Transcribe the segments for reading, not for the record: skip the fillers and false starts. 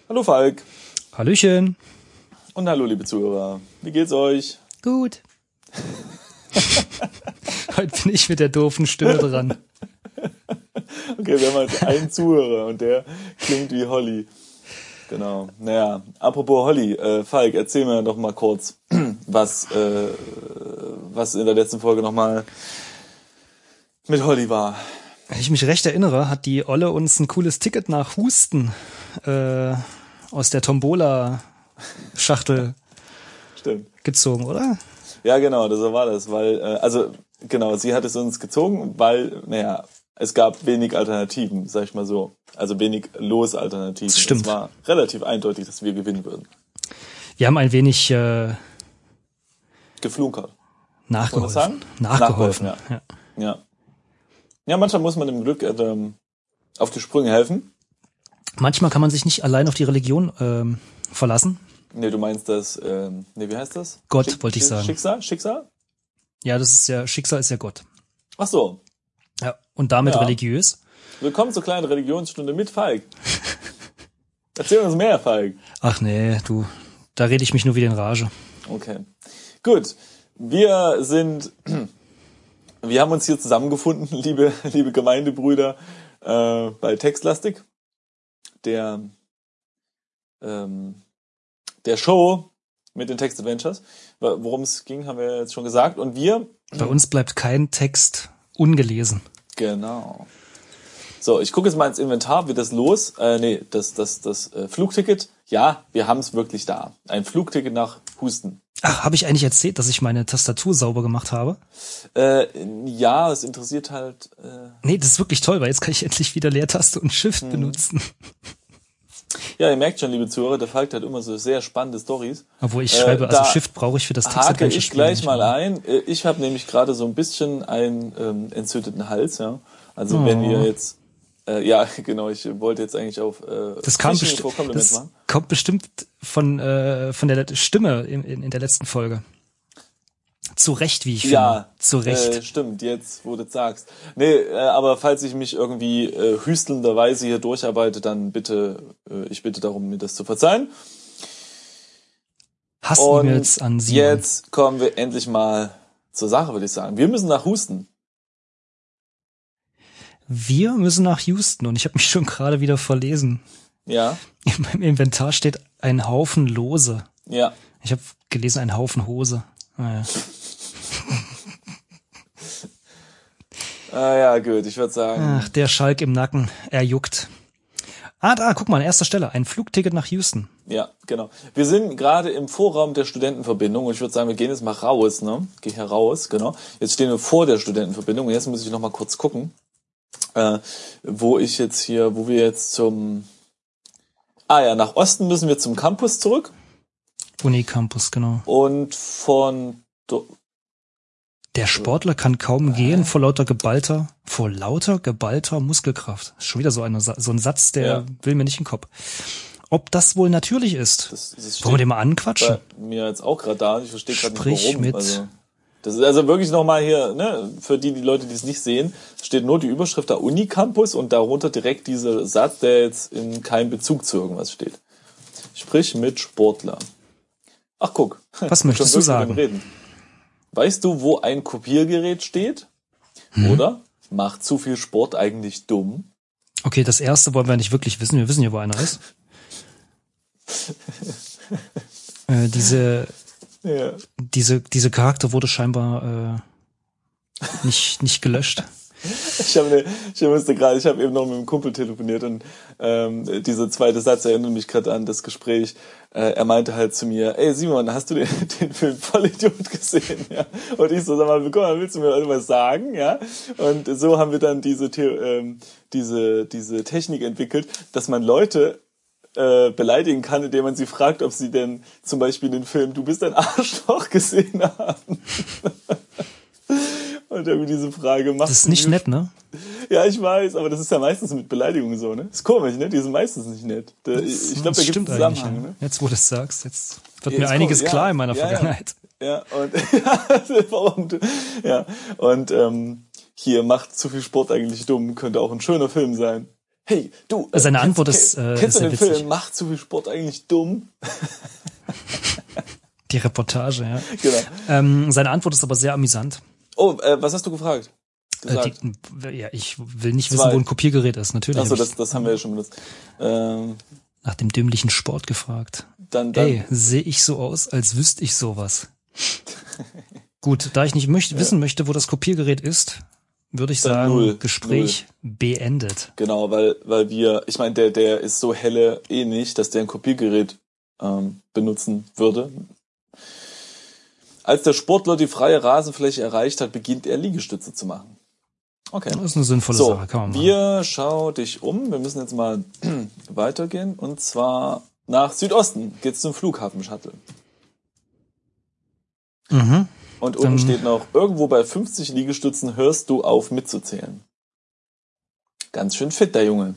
Hallo Falk. Hallöchen. Und hallo liebe Zuhörer. Wie geht's euch? Gut. Heute bin ich mit der doofen Stimme dran. Okay, wir haben jetzt einen Zuhörer und der klingt wie Holly. Genau. Naja, apropos Holly, Falk, erzähl mir doch mal kurz, was in der letzten Folge nochmal mit Holly war. Wenn ich mich recht erinnere, hat die Olle uns ein cooles Ticket nach Husten aus der Tombola-Schachtel gezogen, oder? Ja, genau, so war das, weil, genau, sie hat es uns gezogen, weil, es gab wenig Alternativen, sag ich mal so. Also wenig Losalternativen. Das stimmt. Es war relativ eindeutig, dass wir gewinnen würden. Wir haben ein wenig geflunkert. Nachgeholfen. Nachgeholfen, ja. Ja, manchmal muss man dem Glück auf die Sprünge helfen. Manchmal kann man sich nicht allein auf die Religion verlassen. Nee, du meinst das, wie heißt das? Gott, wollte ich sagen. Schicksal? Ja, das ist ja, Schicksal ist ja Gott. Ach so. Ja, und damit religiös. Willkommen zur kleinen Religionsstunde mit Falk. Erzähl uns mehr, Falk. Ach nee, da rede ich mich nur wieder in Rage. Okay. Gut. Wir haben uns hier zusammengefunden, liebe Gemeindebrüder, bei Textlastik, der Show mit den Text Adventures. Worum es ging, haben wir jetzt schon gesagt. Und bei uns bleibt kein Text ungelesen. Genau. So, ich gucke jetzt mal ins Inventar, wird das los? Das Flugticket. Ja, wir haben es wirklich da. Ein Flugticket nach Husten. Ach, habe ich eigentlich erzählt, dass ich meine Tastatur sauber gemacht habe? Ja, es interessiert halt... Nee, das ist wirklich toll, weil jetzt kann ich endlich wieder Leertaste und Shift benutzen. Ja, ihr merkt schon, liebe Zuhörer, der Falk hat immer so sehr spannende Storys. Obwohl ich schreibe, also Shift brauche ich für das Text. Hake ich gleich mal ein. Ich habe nämlich gerade so ein bisschen einen entzündeten Hals, ja. Also wenn wir jetzt... ja, genau, ich wollte jetzt eigentlich auf das kommt bestimmt von der Stimme in der letzten Folge. Zu Recht, wie ich finde. Ja, zu Recht. Stimmt, jetzt, wo du das sagst. Nee, aber falls ich mich irgendwie hüstelnderweise hier durcharbeite, dann ich bitte darum, mir das zu verzeihen. Hass-E-Mails an Simon. Jetzt kommen wir endlich mal zur Sache, würde ich sagen. Wir müssen nach Husten. Wir müssen nach Houston und ich habe mich schon gerade wieder verlesen. Ja. In meinem Inventar steht ein Haufen Lose. Ja. Ich habe gelesen, ein Haufen Hose. Naja. Ja, gut, ich würde sagen. Ach, der Schalk im Nacken, er juckt. Da, guck mal, an erster Stelle, ein Flugticket nach Houston. Ja, genau. Wir sind gerade im Vorraum der Studentenverbindung und ich würde sagen, wir gehen jetzt mal raus, ne? Geh hier raus, genau. Jetzt stehen wir vor der Studentenverbindung und jetzt muss ich noch mal kurz gucken. Wo wir jetzt nach Osten müssen wir zum Campus zurück. Unicampus, genau. Und der Sportler kann kaum gehen vor lauter geballter Muskelkraft. Ist schon wieder so ein Satz, der will mir nicht in den Kopf. Ob das wohl natürlich ist? Wollen wir den mal anquatschen? Bei mir jetzt auch gerade da. Ich verstehe gerade nicht, warum. Mit. Das ist also wirklich nochmal hier, ne, für die Leute, die es nicht sehen, steht nur die Überschrift der Unicampus und darunter direkt dieser Satz, der jetzt in keinem Bezug zu irgendwas steht. Sprich mit Sportler. Ach, guck. Was möchtest du sagen? Reden. Weißt du, wo ein Kopiergerät steht? Oder? Macht zu viel Sport eigentlich dumm? Okay, das erste wollen wir nicht wirklich wissen. Wir wissen ja, wo einer ist. Diese Charakter wurde scheinbar nicht gelöscht. Ich habe eben noch mit einem Kumpel telefoniert und dieser zweite Satz erinnert mich gerade an das Gespräch. Er meinte halt zu mir, ey Simon, hast du den Film Vollidiot gesehen? Ja? Und ich so, sag mal, guck mal, willst du mir irgendwas sagen? Ja? Und so haben wir dann diese Technik entwickelt, dass man Leute beleidigen kann, indem man sie fragt, ob sie denn zum Beispiel den Film Du bist ein Arschloch gesehen haben. Und irgendwie diese Frage macht. Das ist nicht nett, ne? Ja, ich weiß, aber das ist ja meistens mit Beleidigungen so, ne? Ist komisch, ne? Die sind meistens nicht nett. Ich glaube, da gibt es einen Zusammenhang, ne? Jetzt, wo du es sagst, jetzt wird mir einiges klar in meiner Vergangenheit. Ja, und hier macht zu viel Sport eigentlich dumm, könnte auch ein schöner Film sein. hey, du. Seine Antwort ist kennst du den witzig. Film Macht zu viel Sport eigentlich dumm? Die Reportage, ja. Genau. Seine Antwort ist aber sehr amüsant. Oh, was hast du gefragt? Ich will nicht wissen, wo ein Kopiergerät ist, natürlich. Achso, das haben wir ja schon benutzt. Nach dem dümmlichen Sport gefragt. Dann. Ey, sehe ich so aus, als wüsste ich sowas. Gut, da ich nicht wissen möchte, wo das Kopiergerät ist, würde ich sagen, Gespräch beendet. Genau, weil ich meine, der ist so helle nicht, dass der ein Kopiergerät benutzen würde. Als der Sportler die freie Rasenfläche erreicht hat, beginnt er Liegestütze zu machen. Okay. Das ist eine sinnvolle Sache, kann man machen. Schau dich um. Wir müssen jetzt mal weitergehen. Und zwar nach Südosten geht's zum Flughafen-Shuttle. Mhm. Und unten steht noch, irgendwo bei 50 Liegestützen hörst du auf mitzuzählen. Ganz schön fit, der Junge.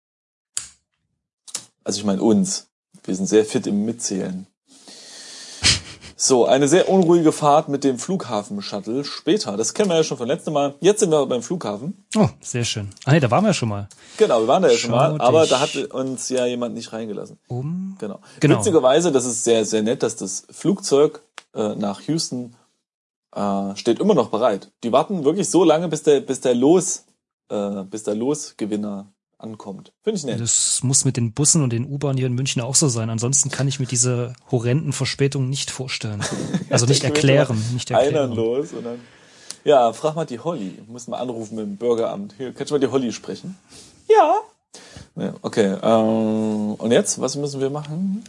Also ich meine uns. Wir sind sehr fit im Mitzählen. So, eine sehr unruhige Fahrt mit dem Flughafen-Shuttle später. Das kennen wir ja schon von letztem Mal. Jetzt sind wir beim Flughafen. Oh, sehr schön. Ah nee, da waren wir ja schon mal. Genau, wir waren da ja schon mal, aber da hat uns ja jemand nicht reingelassen. Genau. Witzigerweise, das ist sehr, sehr nett, dass das Flugzeug nach Houston steht immer noch bereit. Die warten wirklich so lange, bis der Losgewinner ankommt. Finde ich nett. Das muss mit den Bussen und den U-Bahnen hier in München auch so sein. Ansonsten kann ich mir diese horrenden Verspätungen nicht vorstellen. Also nicht erklären. Einer los und dann. Ja, frag mal die Holly. Muss mal anrufen mit dem Bürgeramt. Hier, kannst du mal die Holly sprechen? Ja. Okay. Und jetzt? Was müssen wir machen?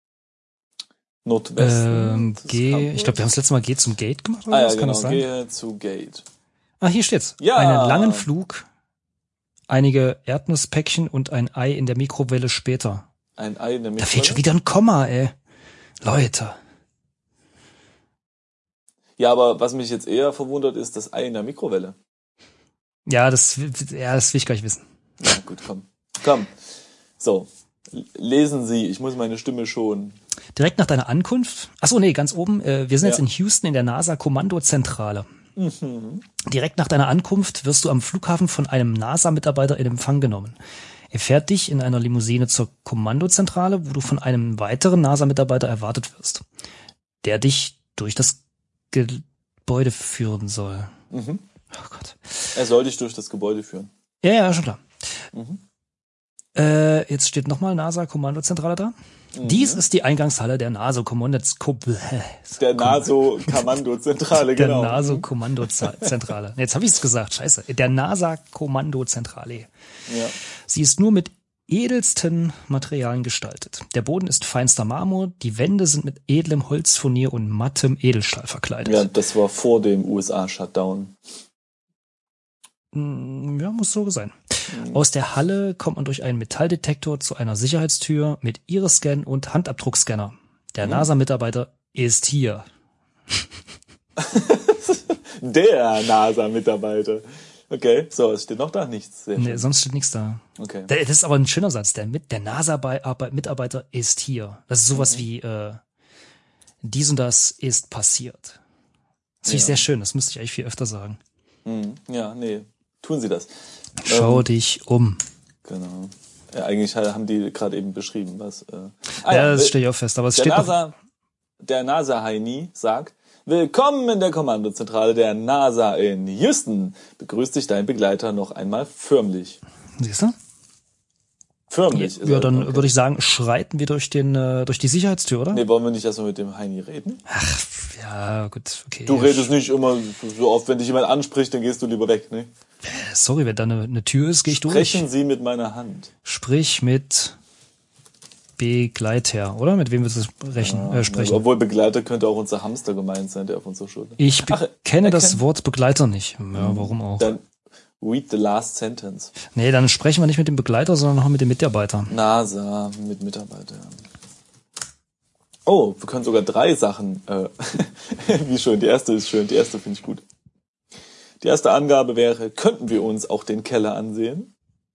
Nordwesten. Ich glaube, wir haben das letzte Mal Geh zum Gate gemacht. Oder was? Kann Genau. das sein? Gehe zu Gate. Hier steht's. Ja. Einen langen Flug, einige Erdnusspäckchen und ein Ei in der Mikrowelle später. Ein Ei in der Mikrowelle? Da fehlt schon wieder ein Komma, ey. Leute. Ja, aber was mich jetzt eher verwundert, ist das Ei in der Mikrowelle. Ja, das will ich gar nicht wissen. Ja, gut, komm. So, lesen Sie, ich muss meine Stimme schonen. Direkt nach deiner Ankunft, ganz oben, wir sind jetzt in Houston in der NASA-Kommandozentrale. Mhm. Direkt nach deiner Ankunft wirst du am Flughafen von einem NASA-Mitarbeiter in Empfang genommen. Er fährt dich in einer Limousine zur Kommandozentrale, wo du von einem weiteren NASA-Mitarbeiter erwartet wirst, der dich durch das Gebäude führen soll. Mhm. Oh Gott. Er soll dich durch das Gebäude führen. Ja, schon klar. Mhm. Jetzt steht nochmal NASA-Kommandozentrale da. Mhm. Dies ist die Eingangshalle der NASA-Kommandozentrale, genau. Der NASA-Kommandozentrale. Jetzt habe ich es gesagt, scheiße. Der NASA-Kommandozentrale. Ja. Sie ist nur mit edelsten Materialien gestaltet. Der Boden ist feinster Marmor, die Wände sind mit edlem Holzfurnier und mattem Edelstahl verkleidet. Ja, das war vor dem USA-Shutdown. Ja, muss so sein. Aus der Halle kommt man durch einen Metalldetektor zu einer Sicherheitstür mit Iris-Scan und Handabdruckscanner. Der NASA-Mitarbeiter ist hier. Der NASA-Mitarbeiter. Okay, so, es steht noch da nichts. Nee, sonst steht nichts da. Okay. Das ist aber ein schöner Satz. Der NASA-Mitarbeiter ist hier. Das ist sowas wie dies und das ist passiert. Das finde ich sehr schön. Das müsste ich eigentlich viel öfter sagen. Ja, nee, tun Sie das. Schau dich um. Genau. Ja, eigentlich haben die gerade eben beschrieben, was. Das stehe ich auch fest. Aber es steht der NASA-Heini sagt: Willkommen in der Kommandozentrale der NASA in Houston. Begrüßt dich dein Begleiter noch einmal förmlich. Siehst du? Förmlich. Ja, dann würde ich sagen, schreiten wir durch die Sicherheitstür, oder? Nee, wollen wir nicht erstmal mit dem Heini reden? Ach, ja, gut, okay. Du redest nicht immer so oft, wenn dich jemand anspricht, dann gehst du lieber weg, ne? Sorry, wenn da eine Tür ist, gehe ich durch. Sprechen Sie mit meiner Hand. Sprich mit Begleiter, oder? Mit wem willst du sprechen? Obwohl Begleiter könnte auch unser Hamster gemeint sein, der auf unserer Schulter. Ich kenne das Wort Begleiter nicht. Ja, warum auch? Dann read the last sentence. Nee, dann sprechen wir nicht mit dem Begleiter, sondern noch mit dem Mitarbeiter. NASA mit Mitarbeiter. Oh, wir können sogar 3 Sachen. Wie schön, die erste ist schön, die erste finde ich gut. Die erste Angabe wäre, könnten wir uns auch den Keller ansehen?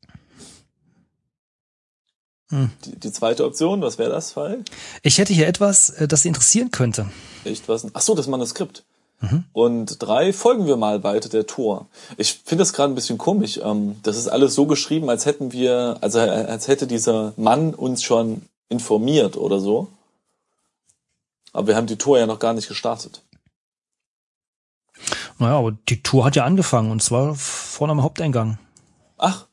Die zweite Option, was wäre das, Fall? Ich hätte hier etwas, das Sie interessieren könnte. Echt was? Ach so, das Manuskript. Und 3, folgen wir mal weiter der Tour. Ich finde das gerade ein bisschen komisch. Das ist alles so geschrieben, als hätte dieser Mann uns schon informiert oder so. Aber wir haben die Tour ja noch gar nicht gestartet. Naja, aber die Tour hat ja angefangen und zwar vorne am Haupteingang. Ach.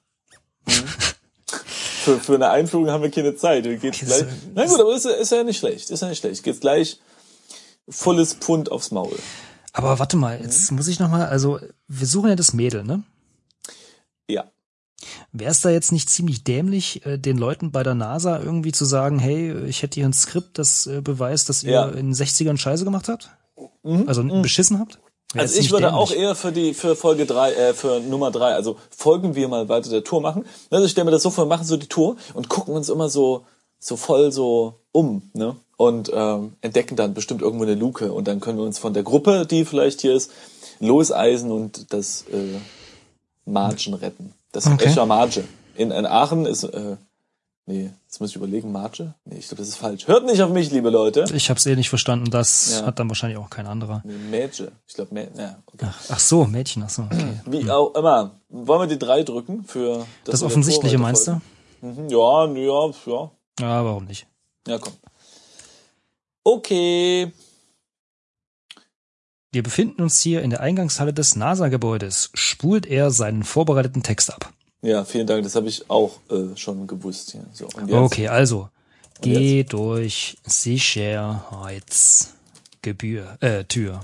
Für eine Einführung haben wir keine Zeit. Geht's gleich. Na gut, aber ist ja nicht schlecht. Geht's gleich volles Pfund aufs Maul. Aber warte mal, jetzt muss ich nochmal, also wir suchen ja das Mädel, ne? Ja. Wäre es da jetzt nicht ziemlich dämlich, den Leuten bei der NASA irgendwie zu sagen, hey, ich hätte hier ein Skript, das beweist, dass ihr in den 60ern Scheiße gemacht habt? Also beschissen habt? Also ich würde auch eher für Folge 3, für Nummer 3, also folgen wir mal weiter der Tour machen. Also ich stelle mir das so vor, wir machen so die Tour und gucken uns immer so voll so ne? Und entdecken dann bestimmt irgendwo eine Luke und dann können wir uns von der Gruppe, die vielleicht hier ist, loseisen und das Margen retten. Das ist echter Marge. In Aachen ist jetzt muss ich überlegen, Marge? Nee, ich glaube, das ist falsch. Hört nicht auf mich, liebe Leute. Ich habe es nicht verstanden. Das hat dann wahrscheinlich auch kein anderer. Nee, Mädchen. Ich glaube, okay. Ach so, Mädchen. Ach so, okay. Wie auch immer. Wollen wir die 3 drücken für das Offensichtliche, meinst du? Ja. Ja, warum nicht? Ja, komm. Okay. Wir befinden uns hier in der Eingangshalle des NASA-Gebäudes. Spult er seinen vorbereiteten Text ab. Ja, vielen Dank. Das habe ich auch schon gewusst hier. So, und jetzt? Okay, also geh durch Tür.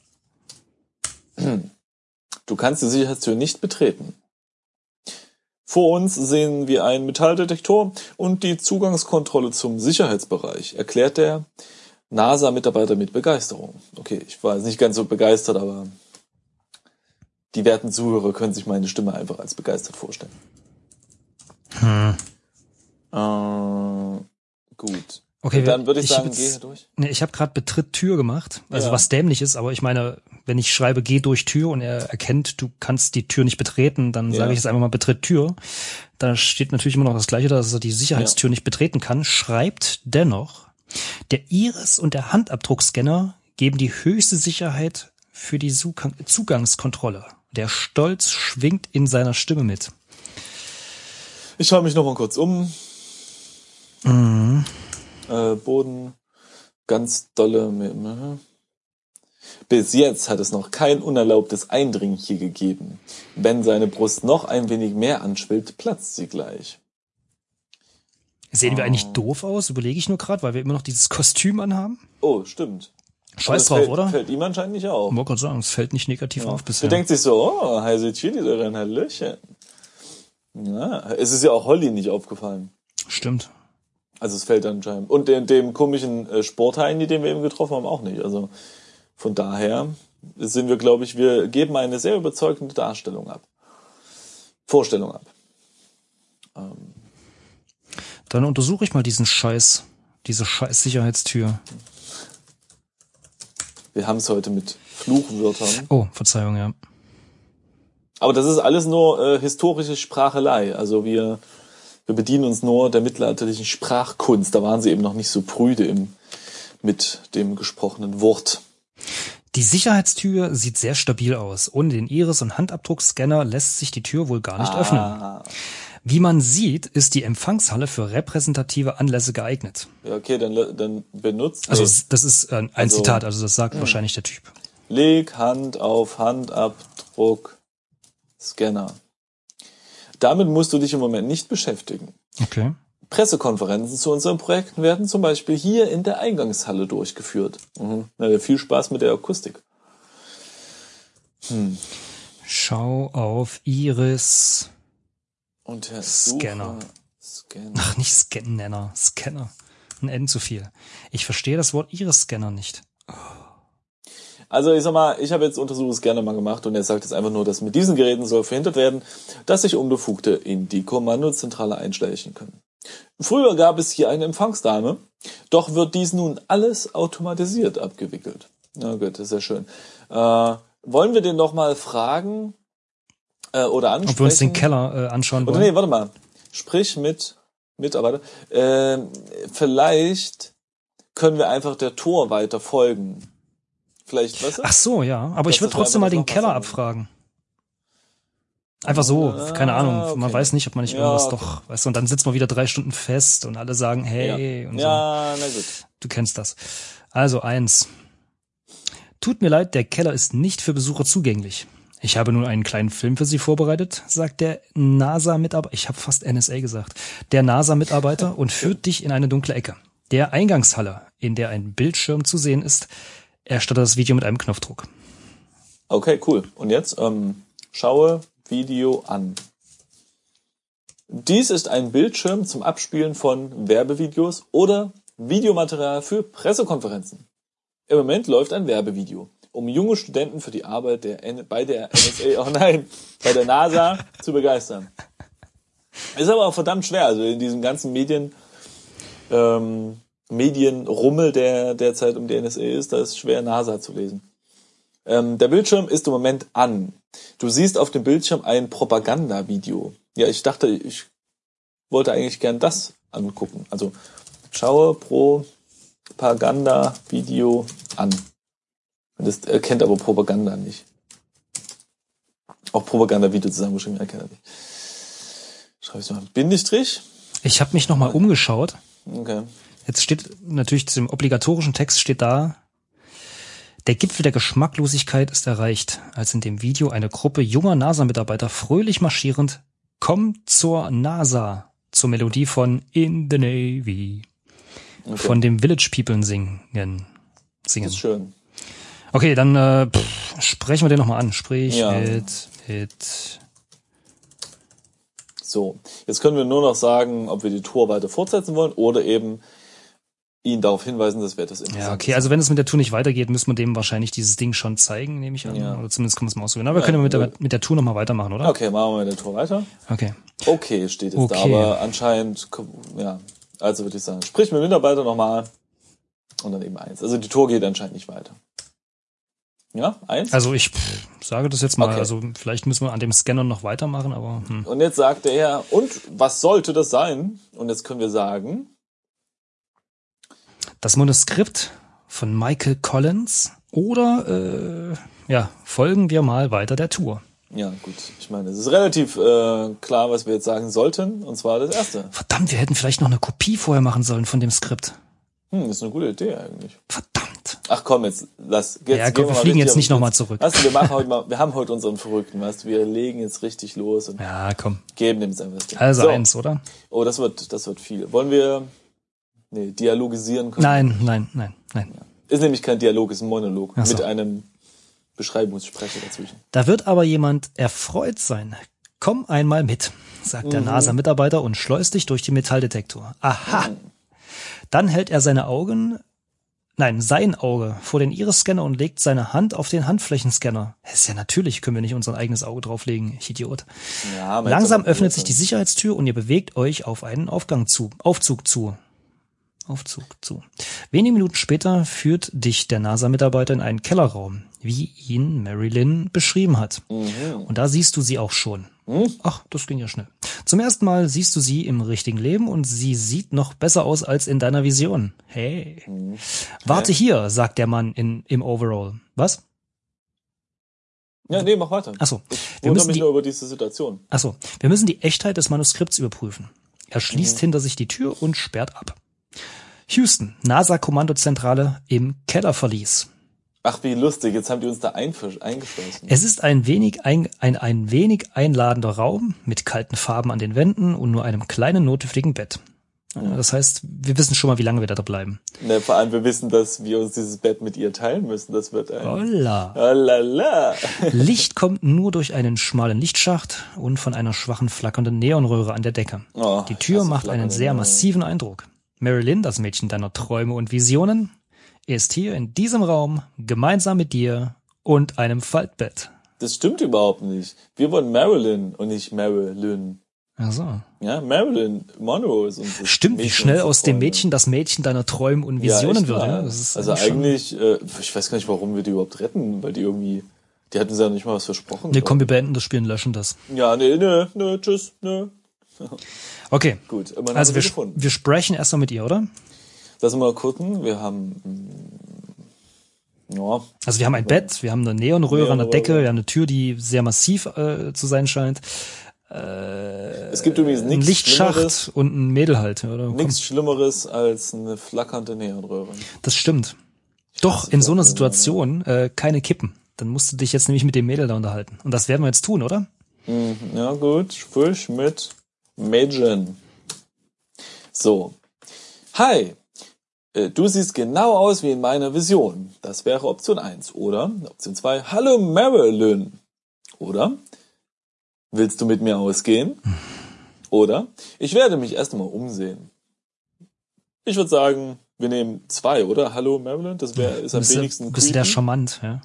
Du kannst die Sicherheitstür nicht betreten. Vor uns sehen wir einen Metalldetektor und die Zugangskontrolle zum Sicherheitsbereich, erklärt der NASA-Mitarbeiter mit Begeisterung. Okay, ich war jetzt nicht ganz so begeistert, aber die werten Zuhörer können sich meine Stimme einfach als begeistert vorstellen. Gut. Okay, dann würde ich sagen, geh durch. Nee, ich habe gerade Betritt Tür gemacht, also was dämlich ist, aber ich meine, wenn ich schreibe, geh durch Tür und er erkennt, du kannst die Tür nicht betreten, dann sage ich jetzt einfach mal Betritt Tür. Da steht natürlich immer noch das Gleiche, dass er die Sicherheitstür nicht betreten kann, schreibt dennoch, der Iris- und der Handabdruckscanner geben die höchste Sicherheit für die Zugangskontrolle. Der Stolz schwingt in seiner Stimme mit. Ich schaue mich noch mal kurz um. Boden, ganz dolle. Bis jetzt hat es noch kein unerlaubtes Eindringen hier gegeben. Wenn seine Brust noch ein wenig mehr anschwillt, platzt sie gleich. Sehen wir eigentlich doof aus? Überlege ich nur gerade, weil wir immer noch dieses Kostüm anhaben. Oh, stimmt. Scheiß drauf, oder? Fällt ihm anscheinend nicht auf. Ich wollte gerade sagen, es fällt nicht negativ auf bisher. Der denkt sich so, heiße Chili darin, Hallöchen. Ja, es ist ja auch Holly nicht aufgefallen. Stimmt. Also es fällt anscheinend. Und dem komischen Sportheini, den wir eben getroffen haben, auch nicht. Also von daher sind wir, glaube ich, wir geben eine sehr überzeugende Vorstellung ab. Dann untersuche ich mal diese scheiß Sicherheitstür. Wir haben es heute mit Fluchwörtern. Oh, Verzeihung, ja. Aber das ist alles nur historische Sprachelei. Also wir bedienen uns nur der mittelalterlichen Sprachkunst. Da waren sie eben noch nicht so prüde mit dem gesprochenen Wort. Die Sicherheitstür sieht sehr stabil aus. Ohne den Iris- und Handabdruckscanner lässt sich die Tür wohl gar nicht öffnen. Wie man sieht, ist die Empfangshalle für repräsentative Anlässe geeignet. Ja, okay, dann benutzt. Also das ist ein Zitat, also das sagt wahrscheinlich der Typ. Leg Hand auf Handabdruckscanner. Damit musst du dich im Moment nicht beschäftigen. Okay. Pressekonferenzen zu unseren Projekten werden zum Beispiel hier in der Eingangshalle durchgeführt. Na, viel Spaß mit der Akustik. Schau auf Iris. Und der Scanner. Ach, nicht Scanner. Scanner. Ein N zu viel. Ich verstehe das Wort Iris-Scanner nicht. Also ich sag mal, ich habe jetzt Untersuchungsscanner mal gemacht und er sagt jetzt einfach nur, dass mit diesen Geräten soll verhindert werden, dass sich Unbefugte in die Kommandozentrale einschleichen können. Früher gab es hier eine Empfangsdame, doch wird dies nun alles automatisiert abgewickelt. Na gut, das ist ja schön. Wollen wir den noch mal fragen oder ansprechen? Ob wir uns den Keller anschauen wollen? Oder nee, warte mal. Sprich mit Mitarbeiter. Vielleicht können wir einfach der Tour weiter folgen. Vielleicht, weißt du? Ach so, ja. Aber ich würde trotzdem mal den Keller abfragen. Einfach so, keine Ahnung. Okay. Man weiß nicht, ob man nicht irgendwas doch, weißt du, und dann sitzt man wieder 3 Stunden fest und alle sagen, hey, und so. Ja, na gut. Du kennst das. Also 1. Tut mir leid, der Keller ist nicht für Besucher zugänglich. Ich habe nun einen kleinen Film für Sie vorbereitet, sagt der NASA-Mitarbeiter, ich habe fast NSA gesagt, der NASA-Mitarbeiter und führt dich in eine dunkle Ecke. Der Eingangshalle, in der ein Bildschirm zu sehen ist, erstattet das Video mit einem Knopfdruck. Okay, cool. Und jetzt schaue Video an. Dies ist ein Bildschirm zum Abspielen von Werbevideos oder Videomaterial für Pressekonferenzen. Im Moment läuft ein Werbevideo, um junge Studenten für die Arbeit bei der NASA zu begeistern. Ist aber auch verdammt schwer, also in diesem ganzen Medienrummel, der derzeit um die NSA ist, da ist schwer NASA zu lesen. Der Bildschirm ist im Moment an. Du siehst auf dem Bildschirm ein Propagandavideo. Ja, ich dachte, ich wollte eigentlich gern das angucken. Also schaue Propagandavideo an. Das erkennt aber Propaganda nicht. Auch Propagandavideo zusammengeschrieben erkennt er nicht. Schreibe ich mal einen Bindestrich. Ich habe mich nochmal umgeschaut. Okay. Jetzt steht natürlich zum obligatorischen Text steht da, der Gipfel der Geschmacklosigkeit ist erreicht, als in dem Video eine Gruppe junger NASA-Mitarbeiter fröhlich marschierend Komm zur NASA zur Melodie von In the Navy von dem Village People singen. Das ist schön. Okay, dann sprechen wir den nochmal an. Sprich mit. So, jetzt können wir nur noch sagen, ob wir die Tour weiter fortsetzen wollen oder eben ihn darauf hinweisen, dass wir das interessant. Ja, okay, also wenn es mit der Tour nicht weitergeht, müssen wir dem wahrscheinlich dieses Ding schon zeigen, nehme ich an. Ja. Oder zumindest kann man es mal ausprobieren. Aber wir können mit der Tour nochmal weitermachen, oder? Okay, machen wir mit der Tour weiter. Okay, steht jetzt da, aber anscheinend, ja, also würde ich sagen, sprich mit dem Mitarbeiter nochmal und dann eben 1. Also die Tour geht anscheinend nicht weiter. Ja, 1? Also ich sage das jetzt mal, okay. Also vielleicht müssen wir an dem Scanner noch weitermachen, aber... Und jetzt sagt er, und was sollte das sein? Und jetzt können wir sagen... Das Manuskript von Michael Collins oder folgen wir mal weiter der Tour. Ja, gut. Ich meine, es ist relativ klar, was wir jetzt sagen sollten, und zwar das erste. Verdammt, wir hätten vielleicht noch eine Kopie vorher machen sollen von dem Skript. Das ist eine gute Idee eigentlich. Verdammt. Ach komm, jetzt lass. Ja, komm, wir fliegen jetzt nicht nochmal zurück. Weißt du, wir haben heute unseren Verrückten, weißt du, wir legen jetzt richtig los und geben dem jetzt einfach das Ding. Also so. 1, oder? Oh, das wird viel. Wollen wir dialogisieren können? Nein. Ja. Ist nämlich kein Dialog, ist ein Monolog mit einem Beschreibungssprecher dazwischen. Da wird aber jemand erfreut sein. Komm einmal mit, sagt der NASA-Mitarbeiter und schleust dich durch den Metalldetektor. Aha! Dann hält er sein Auge vor den Iris-Scanner und legt seine Hand auf den Handflächenscanner. Ist ja natürlich, können wir nicht unser eigenes Auge drauflegen, ich Idiot. Ja, langsam öffnet sich die Sicherheitstür und ihr bewegt euch auf einen Aufzug zu. Wenige Minuten später führt dich der NASA-Mitarbeiter in einen Kellerraum, wie ihn Marilyn beschrieben hat. Und da siehst du sie auch schon. Ach, das ging ja schnell. Zum ersten Mal siehst du sie im richtigen Leben und sie sieht noch besser aus als in deiner Vision. Hey. Warte hier, sagt der Mann im Overall. Was? Ja, nee, mach weiter. Achso. Wir müssen mich nur über diese Situation. Achso. Wir müssen die Echtheit des Manuskripts überprüfen. Er schließt hinter sich die Tür und sperrt ab. Houston, NASA-Kommandozentrale im Kellerverlies. Ach, wie lustig, jetzt haben die uns da eingeschlossen. Es ist ein wenig einladender Raum mit kalten Farben an den Wänden und nur einem kleinen notdürftigen Bett. Das heißt, wir wissen schon mal, wie lange wir da bleiben. Ne, vor allem, wir wissen, dass wir uns dieses Bett mit ihr teilen müssen. Das wird ein... Holla. Licht kommt nur durch einen schmalen Lichtschacht und von einer schwachen flackernden Neonröhre an der Decke. Die Tür macht einen sehr massiven Eindruck. Marilyn, das Mädchen deiner Träume und Visionen, ist hier in diesem Raum gemeinsam mit dir und einem Faltbett. Das stimmt überhaupt nicht. Wir wollen Marilyn und nicht Marilyn. Ach so. Ja, Marilyn Monroe ist uns. Stimmt, wie schnell aus dem Mädchen das Mädchen deiner Träume und Visionen wird. Ja, das ist also eigentlich, ich weiß gar nicht, warum wir die überhaupt retten, weil die hatten uns ja nicht mal was versprochen. Nee, komm, wir beenden das Spiel und löschen das. Ja, nee, tschüss, nö. Okay, gut. Also wir sprechen erstmal mit ihr, oder? Lass mal gucken, wir haben Ja. Also wir haben ein Bett, wir haben eine Neonröhre an der Decke, wir haben eine Tür, die sehr massiv zu sein scheint. Es gibt übrigens Ein nichts Lichtschacht Schlimmeres, und ein Mädel halt. Oder? nichts Schlimmeres als eine flackernde Neonröhre. Das stimmt. Doch, in so einer Situation keine Kippen. Dann musst du dich jetzt nämlich mit dem Mädel da unterhalten. Und das werden wir jetzt tun, oder? Ja gut, sprich mit Mädchen. So. Hi, du siehst genau aus wie in meiner Vision. Das wäre Option 1. Oder Option 2, hallo Marilyn. Oder willst du mit mir ausgehen? Oder ich werde mich erst einmal umsehen. Ich würde sagen, wir nehmen 2, oder? Hallo Marilyn, das ist am wenigsten creepy. Bist du der charmant, ja?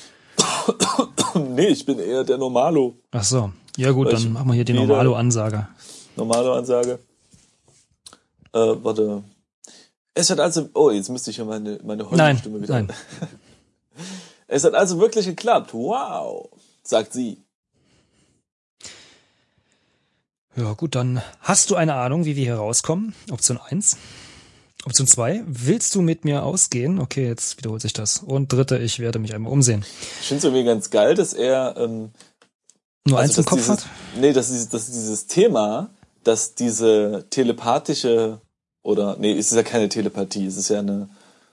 Nee, ich bin eher der Normalo. Ach so. Ja gut, dann machen wir hier die Normalo-Ansage. Normalo-Ansage. Warte. Es hat also... Oh, jetzt müsste ich ja meine Hollywood-Stimme wieder... Nein. Es hat also wirklich geklappt. Wow, sagt sie. Ja gut, dann hast du eine Ahnung, wie wir hier rauskommen? Option 1. Option 2, willst du mit mir ausgehen? Okay, jetzt wiederholt sich das. Und 3, ich werde mich einmal umsehen. Ich finde es irgendwie ganz geil, dass er... nur eins im Kopf hat? Nee, dass dieses Thema, dass diese telepathische... Oder, nee, es ist ja keine Telepathie, es ist ja eine...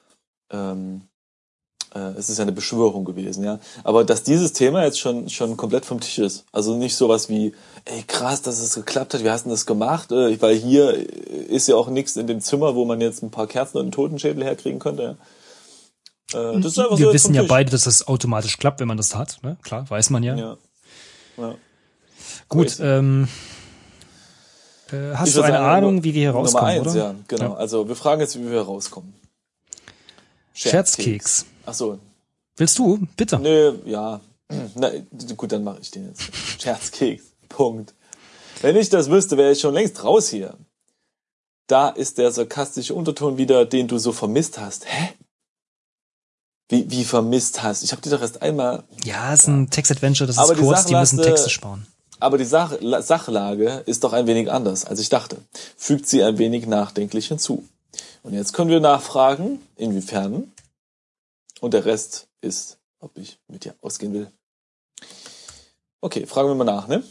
es ist ja eine Beschwörung gewesen, ja. Aber dass dieses Thema jetzt schon komplett vom Tisch ist. Also nicht sowas wie, ey krass, dass es geklappt hat, wie hast du das gemacht? Weil hier ist ja auch nichts in dem Zimmer, wo man jetzt ein paar Kerzen und einen Totenschädel herkriegen könnte. Das ist einfach Wir so wissen ja beide, dass das automatisch klappt, wenn man das hat. Ne? Klar, weiß man ja. Gut, hast du eine Ahnung, wie wir hier rauskommen, Nummer 1, oder? ja, genau. Ja. Also wir fragen jetzt, wie wir hier rauskommen. Scherzkeks. Ach so. Willst du? Bitte. Nö, ja. Na, gut, dann mache ich den jetzt. Scherzkeks. Punkt. Wenn ich das wüsste, wäre ich schon längst raus hier. Da ist der sarkastische Unterton wieder, den du so vermisst hast. Hä? Wie vermisst hast? Ich habe die doch erst einmal... Ja, es ist ein Text-Adventure, das ist kurz, die müssen Texte sparen. Aber die Sachlage ist doch ein wenig anders, als ich dachte. Fügt sie ein wenig nachdenklich hinzu. Und jetzt können wir nachfragen, inwiefern. Und der Rest ist, ob ich mit dir ausgehen will. Okay, fragen wir mal nach, ne?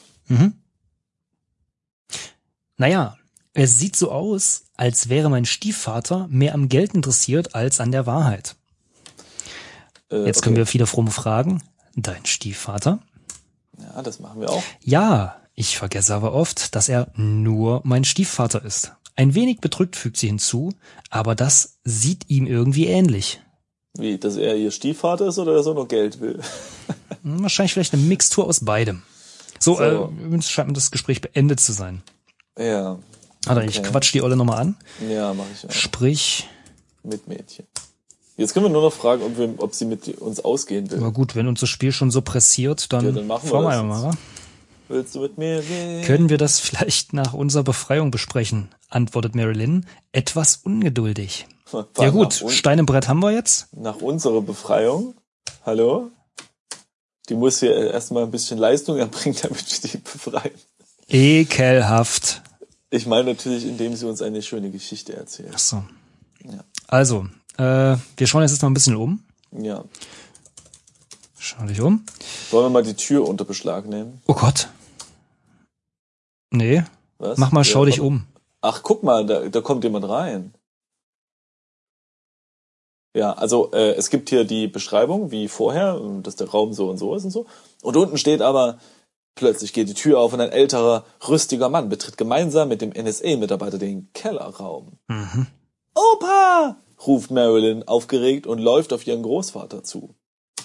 Naja, es sieht so aus, als wäre mein Stiefvater mehr am Geld interessiert als an der Wahrheit. Jetzt können wir viele fromme fragen. Dein Stiefvater? Ja, das machen wir auch. Ja, ich vergesse aber oft, dass er nur mein Stiefvater ist. Ein wenig bedrückt fügt sie hinzu, aber das sieht ihm irgendwie ähnlich. Wie, dass er ihr Stiefvater ist oder dass er nur Geld will? Wahrscheinlich vielleicht eine Mixtur aus beidem. So. Scheint mir das Gespräch beendet zu sein. Ja. Also ich quatsch die Olle nochmal an. Ja, mach ich auch. Sprich. Mit Mädchen. Jetzt können wir nur noch fragen, ob sie mit uns ausgehen will. Aber gut, wenn uns das Spiel schon so pressiert, dann machen wir das mal. Willst du mit mir gehen? Können wir das vielleicht nach unserer Befreiung besprechen? Antwortet Marilyn, etwas ungeduldig. Ja gut, Stein im Brett haben wir jetzt. Nach unserer Befreiung? Hallo? Die muss hier erstmal ein bisschen Leistung erbringen, damit wir die befreien. Ekelhaft. Ich meine natürlich, indem sie uns eine schöne Geschichte erzählt. Ach so. Ja. Also, wir schauen jetzt mal ein bisschen um. Ja. Schau dich um. Wollen wir mal die Tür unter Beschlag nehmen? Oh Gott. Nee. Was? Mach mal, schau dich um. Ach, guck mal, da kommt jemand rein. Ja, also es gibt hier die Beschreibung, wie vorher, dass der Raum so und so ist und so. Und unten steht aber, plötzlich geht die Tür auf und ein älterer, rüstiger Mann betritt gemeinsam mit dem NSA-Mitarbeiter den Kellerraum. Mhm. Opa! Ruft Marilyn aufgeregt und läuft auf ihren Großvater zu.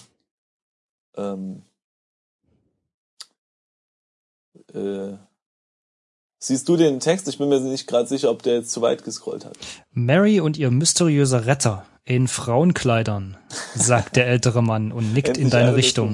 Siehst du den Text? Ich bin mir nicht gerade sicher, ob der jetzt zu weit gescrollt hat. Mary und ihr mysteriöser Retter in Frauenkleidern, sagt der ältere Mann und nickt in deine Richtung.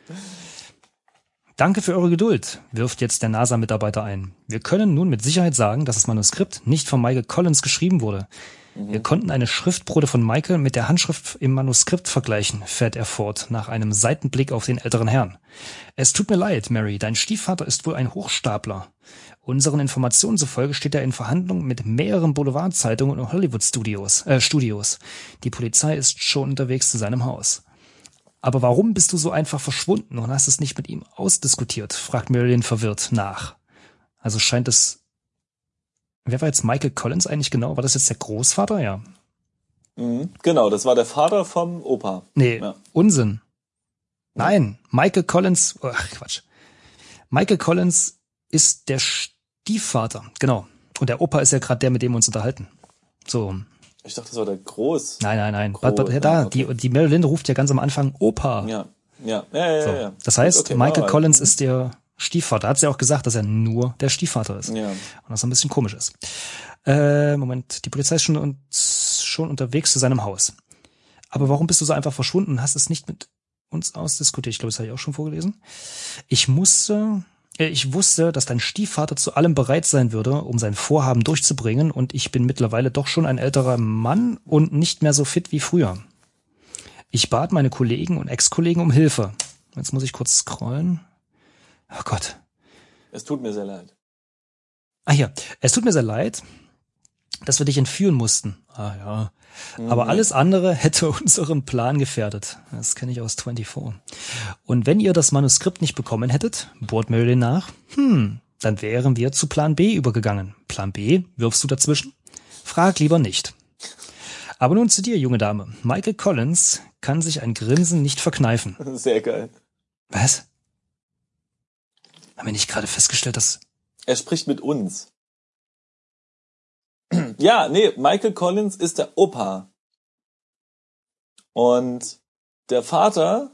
Danke für eure Geduld, wirft jetzt der NASA-Mitarbeiter ein. Wir können nun mit Sicherheit sagen, dass das Manuskript nicht von Michael Collins geschrieben wurde. Wir konnten eine Schriftprobe von Michael mit der Handschrift im Manuskript vergleichen, fährt er fort, nach einem Seitenblick auf den älteren Herrn. Es tut mir leid, Mary, dein Stiefvater ist wohl ein Hochstapler. Unseren Informationen zufolge steht er in Verhandlungen mit mehreren Boulevardzeitungen und Hollywood-Studios. Die Polizei ist schon unterwegs zu seinem Haus. Aber warum bist du so einfach verschwunden und hast es nicht mit ihm ausdiskutiert? Fragt Marilyn verwirrt nach. Also scheint es... Wer war jetzt Michael Collins eigentlich genau? War das jetzt der Großvater? Ja. Genau, das war der Vater vom Opa. Nee, ja. Unsinn. Nein, Michael Collins... Ach, Quatsch. Michael Collins ist der Stiefvater, genau. Und der Opa ist ja gerade der, mit dem wir uns unterhalten. So. Ich dachte, das war der Groß. Nein. Die Marilyn ruft ja ganz am Anfang Opa. Ja. So. Das heißt, Michael Collins ist der Stiefvater. Hat sie auch gesagt, dass er nur der Stiefvater ist. Ja. Und das ein bisschen komisch ist. Moment, die Polizei ist schon unterwegs zu seinem Haus. Aber warum bist du so einfach verschwunden und hast es nicht mit uns ausdiskutiert? Ich glaube, das habe ich auch schon vorgelesen. Ich wusste, dass dein Stiefvater zu allem bereit sein würde, um sein Vorhaben durchzubringen, und ich bin mittlerweile doch schon ein älterer Mann und nicht mehr so fit wie früher. Ich bat meine Kollegen und Ex-Kollegen um Hilfe. Jetzt muss ich kurz scrollen. Oh Gott. Es tut mir sehr leid. Ah ja, es tut mir sehr leid, dass wir dich entführen mussten. Ah ja. Aber alles andere hätte unseren Plan gefährdet. Das kenne ich aus 24. Und wenn ihr das Manuskript nicht bekommen hättet, bohrt Marilyn nach, dann wären wir zu Plan B übergegangen. Plan B, wirfst du dazwischen? Frag lieber nicht. Aber nun zu dir, junge Dame. Michael Collins kann sich ein Grinsen nicht verkneifen. Sehr geil. Was? Haben wir nicht gerade festgestellt, dass... Er spricht mit uns. Ja, nee, Michael Collins ist der Opa. Und der Vater...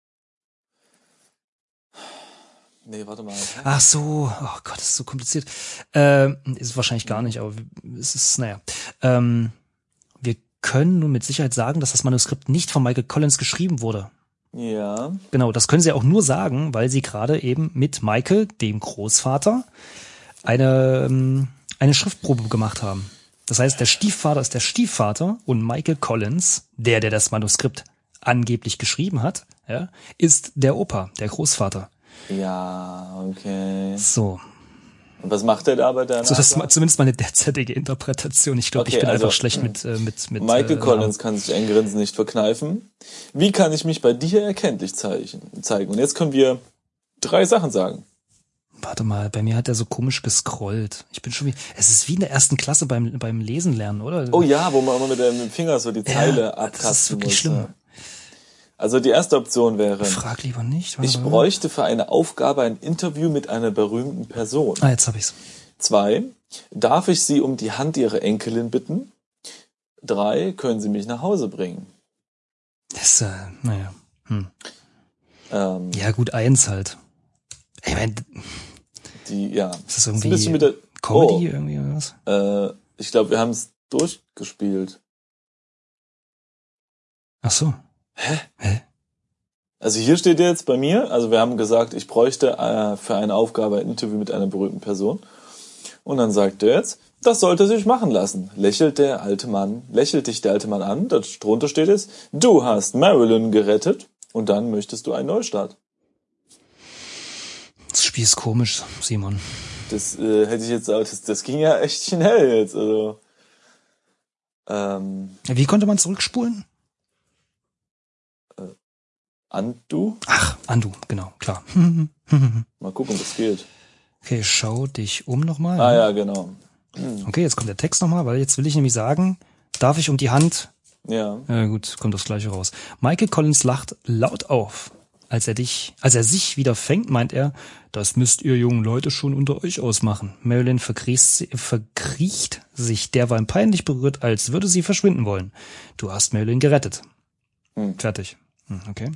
Nee, warte mal. Ach so, oh Gott, das ist so kompliziert. Ist wahrscheinlich gar nicht, aber es ist, naja. Wir können nun mit Sicherheit sagen, dass das Manuskript nicht von Michael Collins geschrieben wurde. Ja. Genau, das können sie auch nur sagen, weil sie gerade eben mit Michael, dem Großvater, eine Schriftprobe gemacht haben. Das heißt, der Stiefvater ist der Stiefvater und Michael Collins, der das Manuskript angeblich geschrieben hat, ja, ist der Opa, der Großvater. Ja, okay. So. Und was macht er da bei der So, das ist zumindest meine derzeitige Interpretation. Ich glaube, ich bin einfach schlecht mit Michael Collins kann sich ein Grinsen nicht verkneifen. Wie kann ich mich bei dir erkenntlich zeigen? Und jetzt können wir 3 Sachen sagen. Warte mal, bei mir hat er so komisch gescrollt. Ich bin schon es ist wie in der 1. Klasse beim Lesen lernen, oder? Oh ja, wo man immer mit dem Finger so die Zeile abtasten muss. Das ist wirklich schlimm. Ja. Also die erste Option wäre... Frag lieber nicht. Ich bräuchte für eine Aufgabe ein Interview mit einer berühmten Person. Ah, jetzt hab ich's. 2. Darf ich Sie um die Hand Ihrer Enkelin bitten? 3. Können Sie mich nach Hause bringen? Das, naja. Ja gut, 1 halt. Ich meine... Ist das irgendwie ein bisschen mit der Comedy irgendwie oder was? Ich glaube, wir haben es durchgespielt. Ach so. Hä? Also hier steht jetzt bei mir, also wir haben gesagt, ich bräuchte für eine Aufgabe ein Interview mit einer berühmten Person. Und dann sagt er jetzt, das sollte sich machen lassen. Lächelt dich der alte Mann an, darunter steht es, du hast Marilyn gerettet und dann möchtest du einen Neustart. Das Spiel ist komisch, Simon. Das hätte ich jetzt auch, das ging ja echt schnell jetzt, also. Wie konnte man zurückspulen? Undo? Ach, Undo, genau, klar. Mal gucken, ob das geht. Okay, schau dich um nochmal. Ah ja, genau. Okay, jetzt kommt der Text nochmal, weil jetzt will ich nämlich sagen, darf ich um die Hand... Ja. Gut, kommt das Gleiche raus. Michael Collins lacht laut auf. Als er sich wieder fängt, meint er, das müsst ihr jungen Leute schon unter euch ausmachen. Marilyn verkriecht sich derweil peinlich berührt, als würde sie verschwinden wollen. Du hast Marilyn gerettet. Fertig. Okay.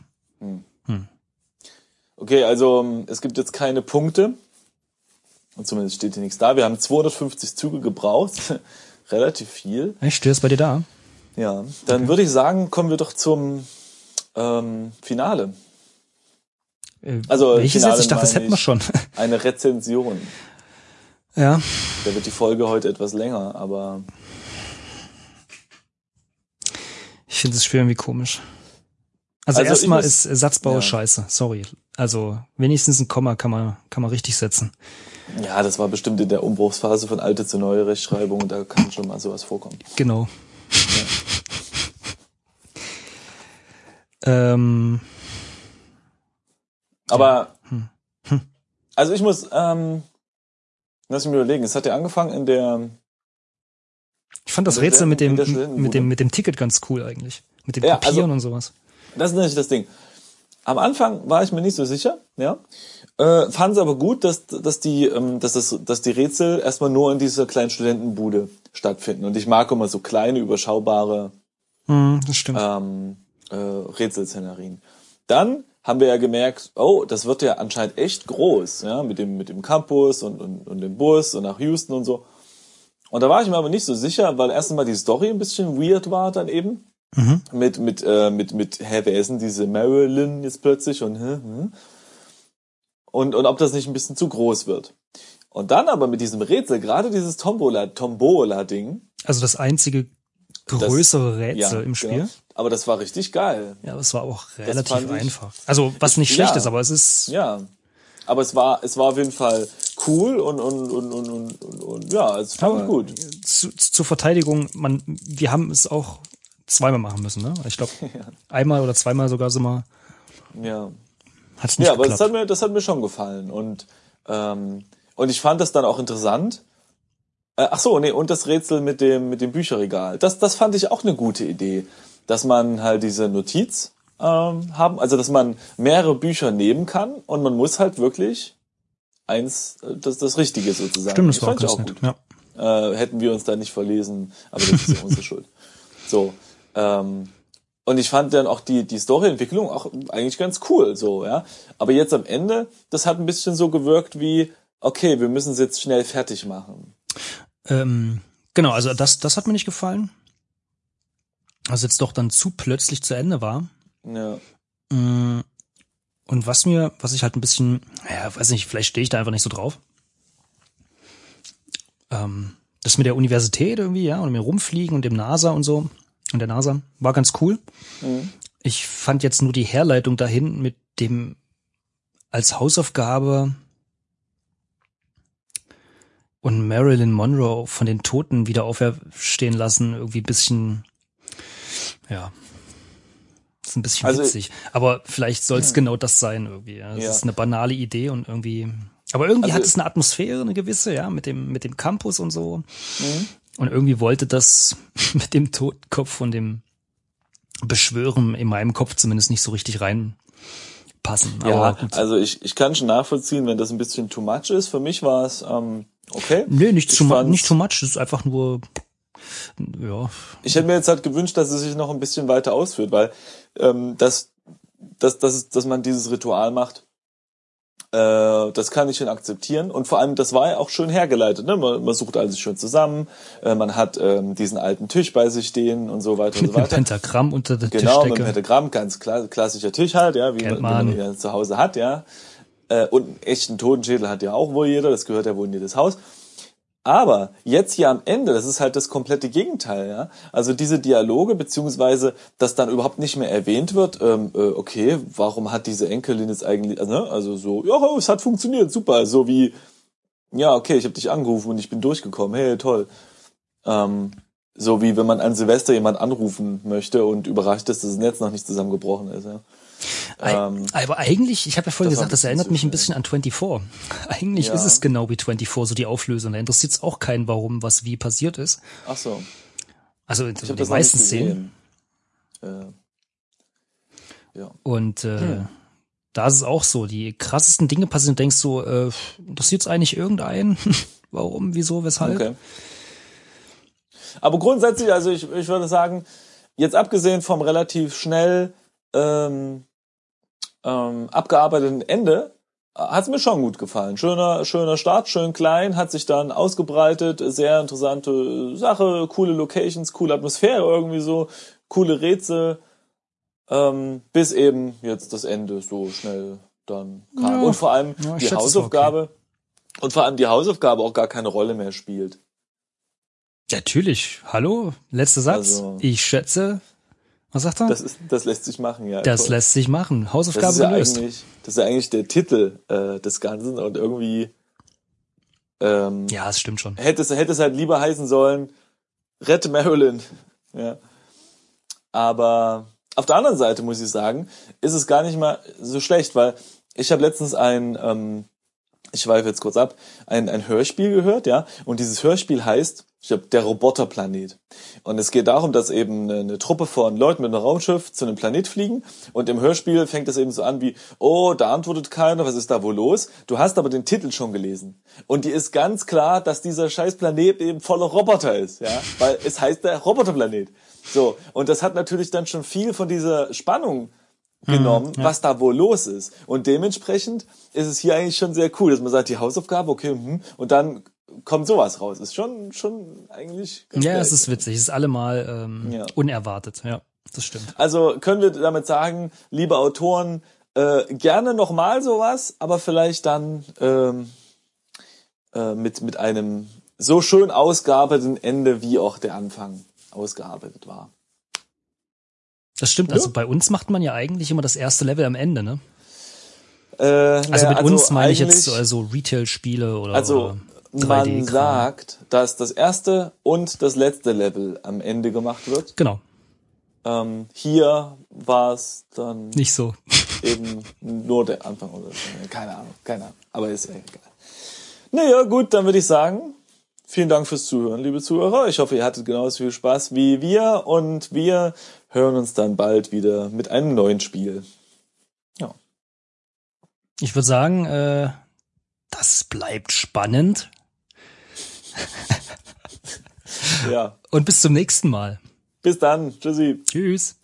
Okay, also es gibt jetzt keine Punkte. Und zumindest steht hier nichts da. Wir haben 250 Züge gebraucht. Relativ viel. Echt? Steht das bei dir da? Ja. Dann würde ich sagen, kommen wir doch zum Finale. Also welches Finale jetzt? Ich dachte, das hätten wir schon. Eine Rezension. Ja. Da wird die Folge heute etwas länger, aber... Ich finde das Spiel irgendwie komisch. Also erstmal ist Satzbau ja. scheiße, sorry. Also wenigstens ein Komma kann man richtig setzen. Ja, das war bestimmt in der Umbruchsphase von alte zu neue Rechtschreibung und da kann schon mal sowas vorkommen. Genau. Ja. Aber, also ich muss, lass mich mir überlegen, es hat ja angefangen in der... Ich fand das Rätsel mit dem Ticket ganz cool eigentlich. Mit dem Kopieren und sowas. Das ist natürlich das Ding. Am Anfang war ich mir nicht so sicher, ja. Fand es aber gut, dass die Rätsel erstmal nur in dieser kleinen Studentenbude stattfinden. Und ich mag immer so kleine, überschaubare das stimmt. Rätselszenarien. Dann haben wir ja gemerkt, oh, das wird ja anscheinend echt groß, ja, mit dem Campus und dem Bus und nach Houston und so. Und da war ich mir aber nicht so sicher, weil erst einmal die Story ein bisschen weird war dann eben. Mit wer ist denn diese Marilyn jetzt plötzlich und ob das nicht ein bisschen zu groß wird. Und dann aber mit diesem Rätsel, gerade dieses Tombola-Ding. Also das einzige größere Rätsel im Spiel. Ja, aber das war richtig geil. Ja, das war auch relativ einfach. Also was nicht schlecht ist, aber es ist... Ja, aber es war auf jeden Fall cool und ja, es fand ich gut. Zur Verteidigung, wir haben es auch zweimal machen müssen, ne? Ich glaube, einmal oder zweimal sogar sind wir... Ja. Hat's nicht geklappt. Aber das hat mir schon gefallen und ich fand das dann auch interessant. Und das Rätsel mit dem Bücherregal. Das fand ich auch eine gute Idee, dass man halt diese Notiz haben, also dass man mehrere Bücher nehmen kann und man muss halt wirklich das Richtige sozusagen. Stimmt, das war auch ganz nett. Ja. Hätten wir uns da nicht verlesen, aber das ist ja unsere Schuld. So, und ich fand dann auch die Storyentwicklung auch eigentlich ganz cool, so, ja. Aber jetzt am Ende, das hat ein bisschen so gewirkt wie, okay, wir müssen es jetzt schnell fertig machen. Genau, also das hat mir nicht gefallen. Also jetzt doch dann zu plötzlich zu Ende war. Ja. Und was ich halt ein bisschen, weiß nicht, vielleicht stehe ich da einfach nicht so drauf. Das mit der Universität irgendwie, ja, und mir rumfliegen und dem NASA und so. Und der NASA war ganz cool. Mhm. Ich fand jetzt nur die Herleitung dahin mit dem als Hausaufgabe und Marilyn Monroe von den Toten wieder auferstehen lassen, irgendwie ein bisschen, ja, ist ein bisschen witzig. Aber vielleicht soll es genau das sein irgendwie. Ja. Das ist eine banale Idee und irgendwie, aber irgendwie hat es eine Atmosphäre, eine gewisse, ja, mit dem Campus und so. Mhm. Und irgendwie wollte das mit dem Totenkopf und dem Beschwören in meinem Kopf zumindest nicht so richtig reinpassen. Ja, aber gut. Also ich kann schon nachvollziehen, wenn das ein bisschen too much ist. Für mich war es okay. Nee, nicht too much, das ist einfach nur, ja. Ich hätte mir jetzt halt gewünscht, dass es sich noch ein bisschen weiter ausführt, weil dass man dieses Ritual macht, das kann ich schon akzeptieren. Und vor allem, das war ja auch schön hergeleitet. Ne? Man sucht alles schön zusammen. Man hat diesen alten Tisch bei sich stehen und so weiter und so weiter. Mit einem Pentagramm unter der Tischdecke. Genau, mit einem Pentagramm, ganz klassischer Tisch halt, ja, wie man ihn zu Hause hat, ja. Und einen echten Totenschädel hat ja auch wohl jeder, das gehört ja wohl in jedes Haus. Aber jetzt hier am Ende, das ist halt das komplette Gegenteil, ja. Also diese Dialoge, beziehungsweise, dass dann überhaupt nicht mehr erwähnt wird, okay, warum hat diese Enkelin jetzt eigentlich, also so, ja, es hat funktioniert, super, so wie, ja, okay, ich habe dich angerufen und ich bin durchgekommen, hey, toll. So wie wenn man an Silvester jemand anrufen möchte und überrascht ist, dass das Netz noch nicht zusammengebrochen ist, ja. Aber eigentlich, ich habe ja vorhin gesagt, das erinnert mich ein bisschen an 24. Eigentlich ist es genau wie 24, so die Auflösung. Da interessiert es auch keinen, warum, was, wie passiert ist. Ach so. Also in den meisten Szenen. Ja. Und da ist es auch so, die krassesten Dinge passieren und denkst so, interessiert es eigentlich irgendeinen? Warum, wieso, weshalb? Okay. Aber grundsätzlich, also ich würde sagen, jetzt abgesehen vom relativ schnell abgearbeiteten Ende, hat es mir schon gut gefallen. Schöner Start, schön klein, hat sich dann ausgebreitet, sehr interessante Sache, coole Locations, coole Atmosphäre irgendwie so, coole Rätsel, bis eben jetzt das Ende so schnell dann kam. Ja, und vor allem die Hausaufgabe, okay. Und vor allem die Hausaufgabe auch gar keine Rolle mehr spielt. Natürlich. Hallo? Letzter Satz. Also, ich schätze, Was sagt er? Das lässt sich machen, ja. Das lässt sich machen. Hausaufgabe gelöst. Das ist ja eigentlich der Titel des Ganzen und irgendwie ja, es stimmt schon. Hätte es halt lieber heißen sollen, Rette Marilyn. Ja. Aber auf der anderen Seite muss ich sagen, ist es gar nicht mal so schlecht, weil ich habe letztens ich schweife jetzt kurz ab, ein Hörspiel gehört, ja, und dieses Hörspiel heißt, ich glaube, der Roboterplanet. Und es geht darum, dass eben eine Truppe von Leuten mit einem Raumschiff zu einem Planet fliegen und im Hörspiel fängt es eben so an wie, oh, da antwortet keiner, was ist da wohl los? Du hast aber den Titel schon gelesen. Und dir ist ganz klar, dass dieser scheiß Planet eben voller Roboter ist, ja, weil es heißt der Roboterplanet. So, und das hat natürlich dann schon viel von dieser Spannung genommen, ja, was da wohl los ist. Und dementsprechend ist es hier eigentlich schon sehr cool, dass man sagt, die Hausaufgabe, okay, und dann kommt sowas raus. Ist schon eigentlich ganz ja, geil. Es ist witzig. Es ist allemal unerwartet. Ja, das stimmt. Also können wir damit sagen, liebe Autoren, gerne nochmal sowas, aber vielleicht dann mit einem so schön ausgearbeiteten Ende, wie auch der Anfang ausgearbeitet war. Das stimmt. Also bei uns macht man ja eigentlich immer das erste Level am Ende, ne? Uns meine ich jetzt so Retail-Spiele oder also 3D-Kram. Man sagt, dass das erste und das letzte Level am Ende gemacht wird. Genau. Hier war es dann nicht so. Eben nur der Anfang oder keine Ahnung. Aber ist ja egal. Naja, gut, dann würde ich sagen, vielen Dank fürs Zuhören, liebe Zuhörer. Ich hoffe, ihr hattet genauso viel Spaß wie wir und wir hören uns dann bald wieder mit einem neuen Spiel. Ja. Ich würde sagen, das bleibt spannend. Ja. Und bis zum nächsten Mal. Bis dann. Tschüssi. Tschüss.